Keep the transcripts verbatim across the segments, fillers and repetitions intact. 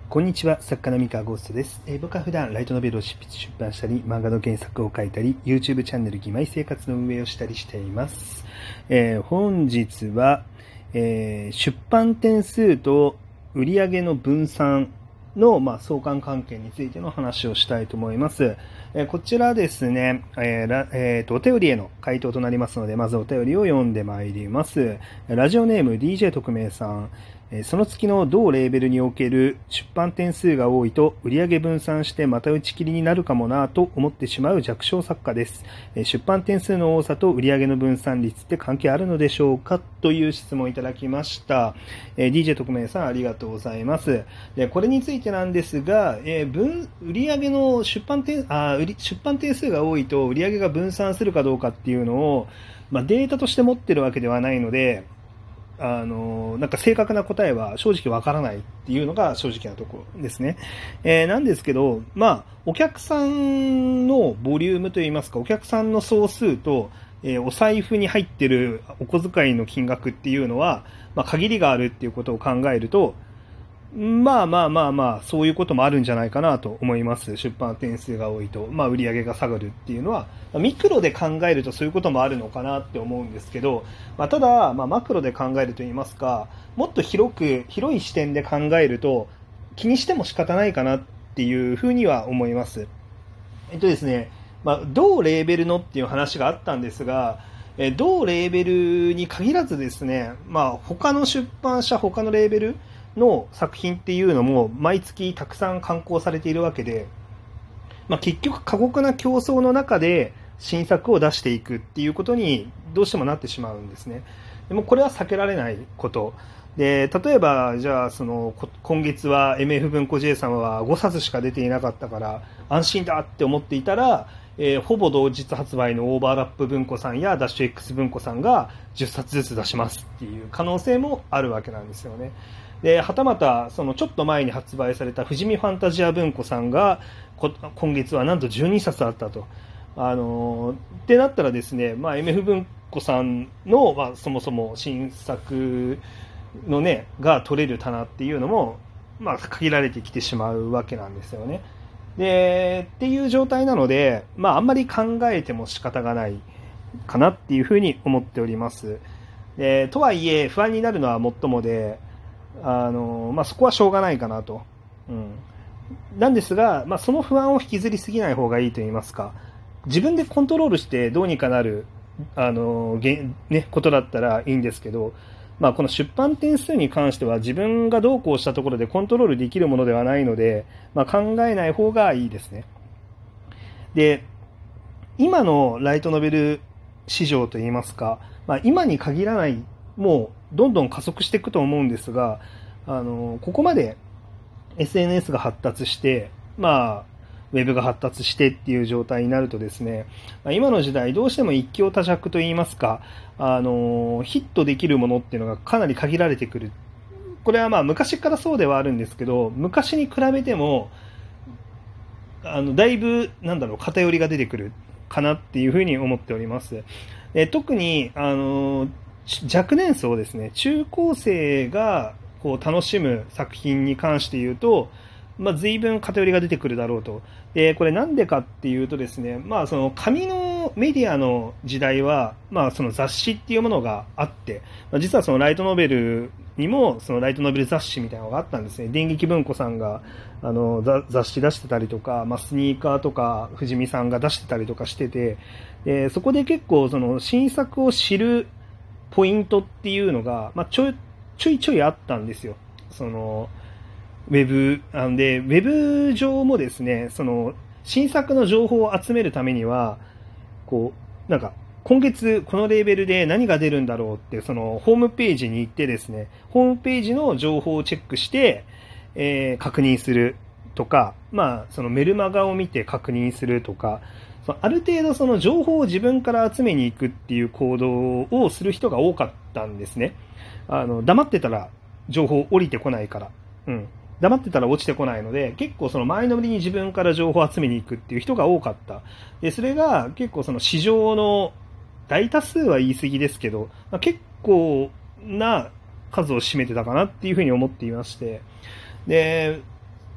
こんにちは、作家の三河ゴーストです。えー、僕は普段ライトノベルを執筆出版したり、漫画の原作を書いたり、YouTube チャンネル義妹生活の運営をしたりしています。えー、本日は、えー、出版点数と売上の分散の、まあ、相関関係についての話をしたいと思います。えー、こちらですね、えーえー、とお便りへの回答となりますので、まずお便りを読んでまいります。ラジオネーム ディージェー 特命さん。その月の同レーベルにおける出版点数が多いと売上分散してまた打ち切りになるかもなぁと思ってしまう弱小作家です。出版点数の多さと売上の分散率って関係あるのでしょうかという質問をいただきました。ディージェー 特命さんありがとうございます。でこれについてなんですが、えー、分売上の出版点あ売り出版点数が多いと売上が分散するかどうかっていうのを、まあ、データとして持ってるわけではないので、あのなんか正確な答えは正直わからないっていうのが正直なところですね。えー、なんですけど、まあ、お客さんのボリュームといいますか、お客さんの総数と、えー、お財布に入ってるお小遣いの金額っていうのは、まあ、限りがあるっていうことを考えると、まあまあまあまあ、そういうこともあるんじゃないかなと思います。出版点数が多いと、まあ売り上げが下がるっていうのは、ミクロで考えるとそういうこともあるのかなって思うんですけど、まあ、ただ、まあマクロで考えると言いますか、もっと広く、広い視点で考えると、気にしても仕方ないかなっていうふうには思います。えっとですね、まあ、同レーベルのっていう話があったんですが、え同レーベルに限らずですね、まあ他の出版社、他のレーベル、の作品っていうのも毎月たくさん刊行されているわけで、まあ、結局過酷な競争の中で新作を出していくっていうことにどうしてもなってしまうんですね。でもこれは避けられないことで、例えばじゃあその今月は エムエフ 文庫 J さんはごさつしか出ていなかったから安心だって思っていたら、えー、ほぼ同日発売のオーバーラップ文庫さんやダッシュ X 文庫さんがじゅっさつずつ出しますっていう可能性もあるわけなんですよね。ではたまたそのちょっと前に発売された富士見ファンタジア文庫さんが今月はなんとじゅうにさつあったと。あのー、ってなったらですね、まあ、エムエフ 文庫さんの、まあ、そもそも新作のねが取れる棚っていうのも、まあ、限られてきてしまうわけなんですよね。でっていう状態なので、まあ、あんまり考えても仕方がないかなっていうふうに思っております。でとはいえ不安になるのはもっともで、あのまあ、そこはしょうがないかなと、うん、なんですが、まあ、その不安を引きずりすぎない方がいいと言いますか、自分でコントロールしてどうにかなるあの、ね、ことだったらいいんですけど、まあ、この出版点数に関しては自分がどうこうしたところでコントロールできるものではないので、まあ、考えない方がいいですね。で今のライトノベル市場といいますか、まあ、今に限らないもうどんどん加速していくと思うんですが、あのここまで エスエヌエス が発達して、まあ、ウェブが発達してっていう状態になるとですね、今の時代どうしても一強多弱といいますか、あのヒットできるものっていうのがかなり限られてくる。これはまあ昔からそうではあるんですけど、昔に比べてもあのだいぶなんだろう偏りが出てくるかなっていうふうに思っております。え特にあの若年層ですね、中高生がこう楽しむ作品に関して言うと、まあ、随分偏りが出てくるだろうと。でこれなんでかっていうとですね、まあ、その紙のメディアの時代は、まあ、その雑誌っていうものがあって、まあ、実はそのライトノベルにもそのライトノベル雑誌みたいなのがあったんですね。電撃文庫さんがあの雑誌出してたりとか、まあ、スニーカーとか藤見さんが出してたりとかしてて、でそこで結構その新作を知るポイントっていうのが、まあ、ちょちょいちょいあったんですよ。そのウェブなんで、ウェブ上もですね、その新作の情報を集めるためには、こうなんか今月このレーベルで何が出るんだろうってそのホームページに行ってですね、ホームページの情報をチェックして、えー、確認するとか、まあそのメルマガを見て確認するとか、ある程度その情報を自分から集めに行くっていう行動をする人が多かったんですね。あの黙ってたら情報降りてこないから、うん、黙ってたら落ちてこないので、結構その前のめりに自分から情報を集めに行くっていう人が多かった。でそれが結構その市場の大多数は言い過ぎですけど、まあ、結構な数を占めてたかなっていうふうに思っていまして、で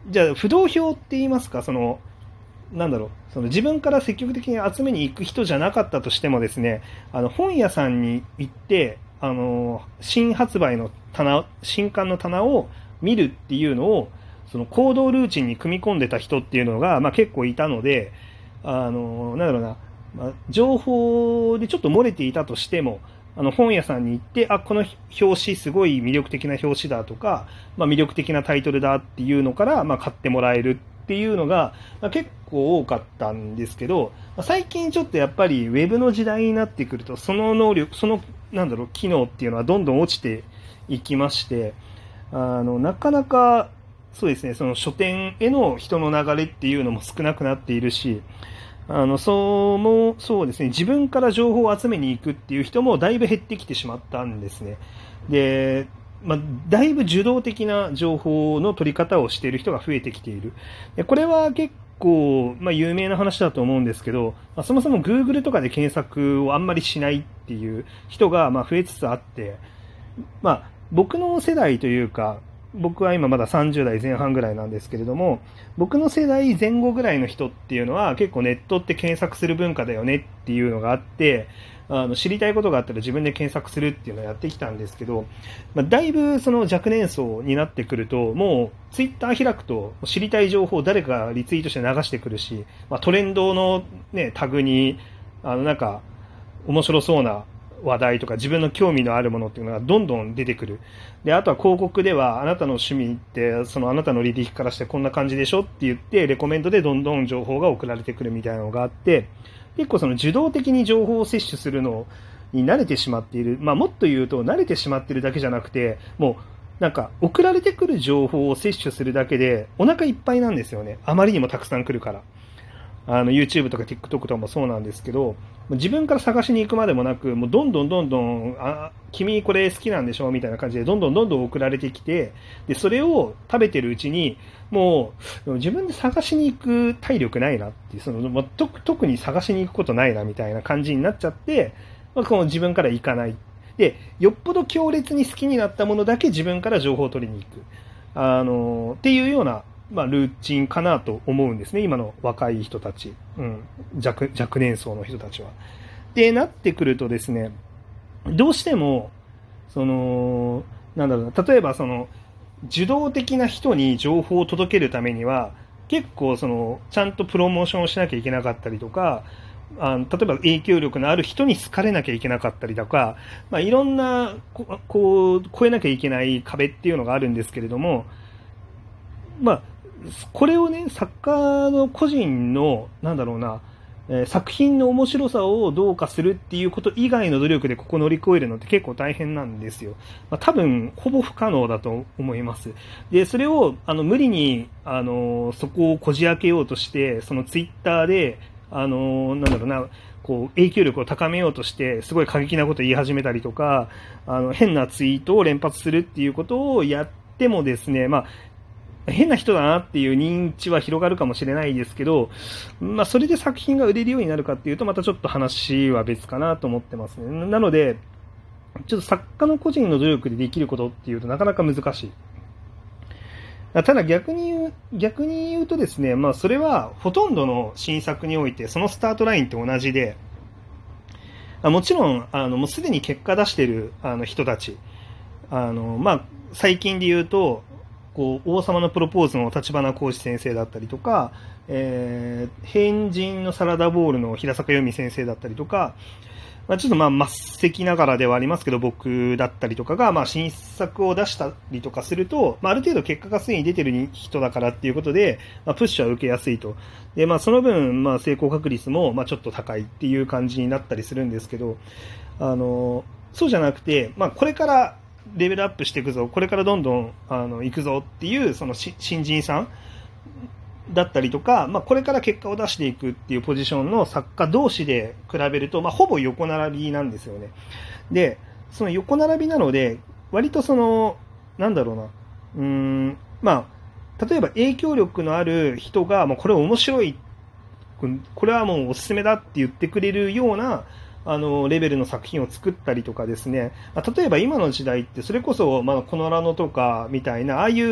じゃあ不動票って言いますか、そのなんだろう、その自分から積極的に集めに行く人じゃなかったとしてもですね、あの本屋さんに行ってあの新発売の棚、新刊の棚を見るっていうのをその行動ルーチンに組み込んでた人っていうのが、まあ、結構いたので、あのなんだろうな、まあ、情報でちょっと漏れていたとしても、あの本屋さんに行って、あ、この表紙すごい魅力的な表紙だとか、まあ、魅力的なタイトルだっていうのから、まあ、買ってもらえるっていうのが、まあ、結構多かったんですけど、まあ、最近ちょっとやっぱりウェブの時代になってくると、その能力、そのなんだろう機能っていうのはどんどん落ちていきまして、あのなかなかそうですね、その書店への人の流れっていうのも少なくなっているし、あのそうもそうですね、自分から情報を集めに行くっていう人もだいぶ減ってきてしまったんですね。で、まあ、だいぶ受動的な情報の取り方をしている人が増えてきている。でこれは結構、まあ、有名な話だと思うんですけど、まあ、そもそも Google とかで検索をあんまりしないっていう人がまあ増えつつあって、まあ、僕の世代というか、僕は今まださんじゅう代前半ぐらいなんですけれども、僕の世代前後ぐらいの人っていうのは結構ネットって検索する文化だよねっていうのがあって、あの知りたいことがあったら自分で検索するっていうのをやってきたんですけど、まあ、だいぶその若年層になってくると、もうツイッター開くと知りたい情報を誰かがリツイートして流してくるし、まあ、トレンドの、ね、タグにあのなんか面白そうな話題とか自分の興味のあるものっていうのがどんどん出てくる。で、あとは広告ではあなたの趣味ってそのあなたの履歴からしてこんな感じでしょって言ってレコメンドでどんどん情報が送られてくるみたいなのがあって、結構その受動的に情報を摂取するのに慣れてしまっている。まあもっと言うと慣れてしまっているだけじゃなくて、もうなんか送られてくる情報を摂取するだけでお腹いっぱいなんですよね。あまりにもたくさん来るから。あの YouTube とか TikTok とかもそうなんですけど、自分から探しに行くまでもなく、もうどんどんどんどん、あ、君これ好きなんでしょみたいな感じでどんどんどんどん送られてきて、でそれを食べてるうちにもう自分で探しに行く体力ないなっていう、その、まあ、と特に探しに行くことないなみたいな感じになっちゃって、まあ、この自分から行かない。で、よっぽど強烈に好きになったものだけ自分から情報を取りに行く。あのっていうような、まあ、ルーチンかなと思うんですね、今の若い人たち、うん、若, 若年層の人たちは。で、なってくるとですね、どうしても、その、なんだろうな、例えばその、受動的な人に情報を届けるためには、結構その、ちゃんとプロモーションをしなきゃいけなかったりとか、あの例えば影響力のある人に好かれなきゃいけなかったりとか、まあ、いろんなここう越えなきゃいけない壁っていうのがあるんですけれども、まあ、これをね、作家の個人の、なんだろうな、えー、作品の面白さをどうかするっていうこと以外の努力でここ乗り越えるのって結構大変なんですよ。まあ、多分、ほぼ不可能だと思います。で、それを、あの、無理に、あの、そこをこじ開けようとして、そのツイッターで、あの、なんだろうな、こう、影響力を高めようとして、すごい過激なことを言い始めたりとか、あの、変なツイートを連発するっていうことをやってもですね、まあ、変な人だなっていう認知は広がるかもしれないですけど、まあ、それで作品が売れるようになるかっていうと、またちょっと話は別かなと思ってますね。なので、ちょっと作家の個人の努力でできることっていうとなかなか難しい。ただ逆に言う、逆に言うとですね、まあ、それはほとんどの新作において、そのスタートラインって同じで、もちろん、あの、もうすでに結果出しているあの人たち、あの、まあ、最近で言うと、こう王様のプロポーズの立花浩二先生だったりとか、えー、変人のサラダボールの平坂由美先生だったりとか、まあ、ちょっとまあ末席ながらではありますけど僕だったりとかがまあ新作を出したりとかすると、まあ、ある程度結果がすでに出てる人だからっていうことで、まあ、プッシュは受けやすいと。で、まあ、その分、まあ、成功確率もまあちょっと高いっていう感じになったりするんですけど、あのそうじゃなくて、まあ、これからレベルアップしていくぞ、これからどんどんあの行くぞっていうその新人さんだったりとか、まあ、これから結果を出していくっていうポジションの作家同士で比べると、まあ、ほぼ横並びなんですよね。で、その横並びなので、割とその、なんだろうな、うーん、まあ、例えば影響力のある人が、もうこれ面白い、これはもうおすすめだって言ってくれるような、あのレベルの作品を作ったりとかですね、例えば今の時代ってそれこそ、まあ、コノラノとかみたいなああいう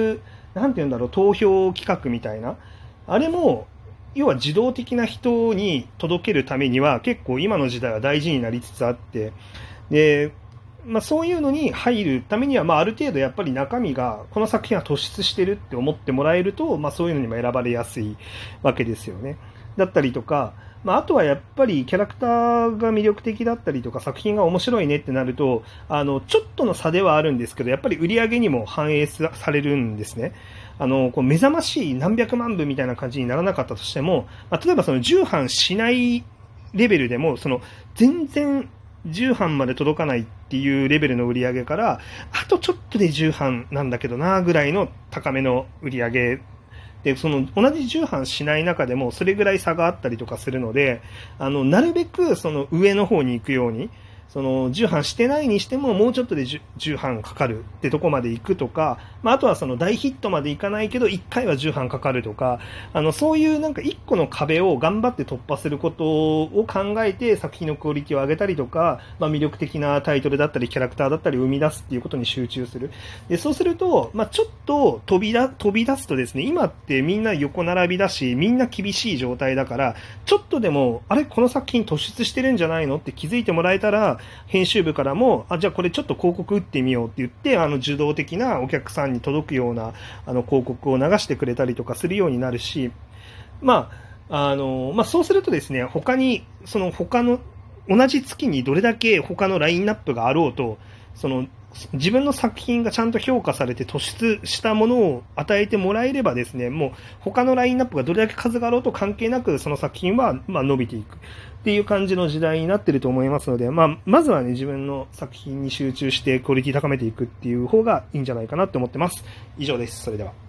なんて言うんだろう、投票企画みたいな、あれも、要は自動的な人に届けるためには結構今の時代は大事になりつつあって、で、まあ、そういうのに入るためには、まあ、ある程度やっぱり中身がこの作品は突出してるって思ってもらえると、まあ、そういうのにも選ばれやすいわけですよね。だったりとか、まあ、あとはやっぱりキャラクターが魅力的だったりとか作品が面白いねってなると、あのちょっとの差ではあるんですけど、やっぱり売り上げにも反映されるんですね。あのこう目覚ましい何百万部みたいな感じにならなかったとしても、まあ、例えばその重版しないレベルでも、その全然重版まで届かないっていうレベルの売り上げから、あとちょっとで重版なんだけどなぐらいの高めの売り上げで、その同じ重版しない中でもそれぐらい差があったりとかするので、あのなるべくその上の方に行くように、その重版してないにしてももうちょっとで重版かかるってとこまで行くとか、まあ、あとはその大ヒットまでいかないけどいっかいは重版かかるとか、あのそういうなんかいっこの壁を頑張って突破することを考えて作品のクオリティを上げたりとか、まあ、魅力的なタイトルだったりキャラクターだったりを生み出すっていうことに集中する。でそうすると、まあ、ちょっと飛びだ飛び出すとですね、今ってみんな横並びだしみんな厳しい状態だから、ちょっとでもあれこの作品突出してるんじゃないのって気づいてもらえたら、編集部からもあじゃあこれちょっと広告打ってみようって言って、あの受動的なお客さんに届くようなあの広告を流してくれたりとかするようになるし、まああのまあ、そうするとですね、他にその他の同じ月にどれだけ他のラインナップがあろうと、その自分の作品がちゃんと評価されて突出したものを与えてもらえればですね、もう他のラインナップがどれだけ数があろうと関係なくその作品はまあ伸びていくっていう感じの時代になっていると思いますので、まあ、まずはね自分の作品に集中してクオリティ高めていくっていう方がいいんじゃないかなと思ってます。以上です。それでは。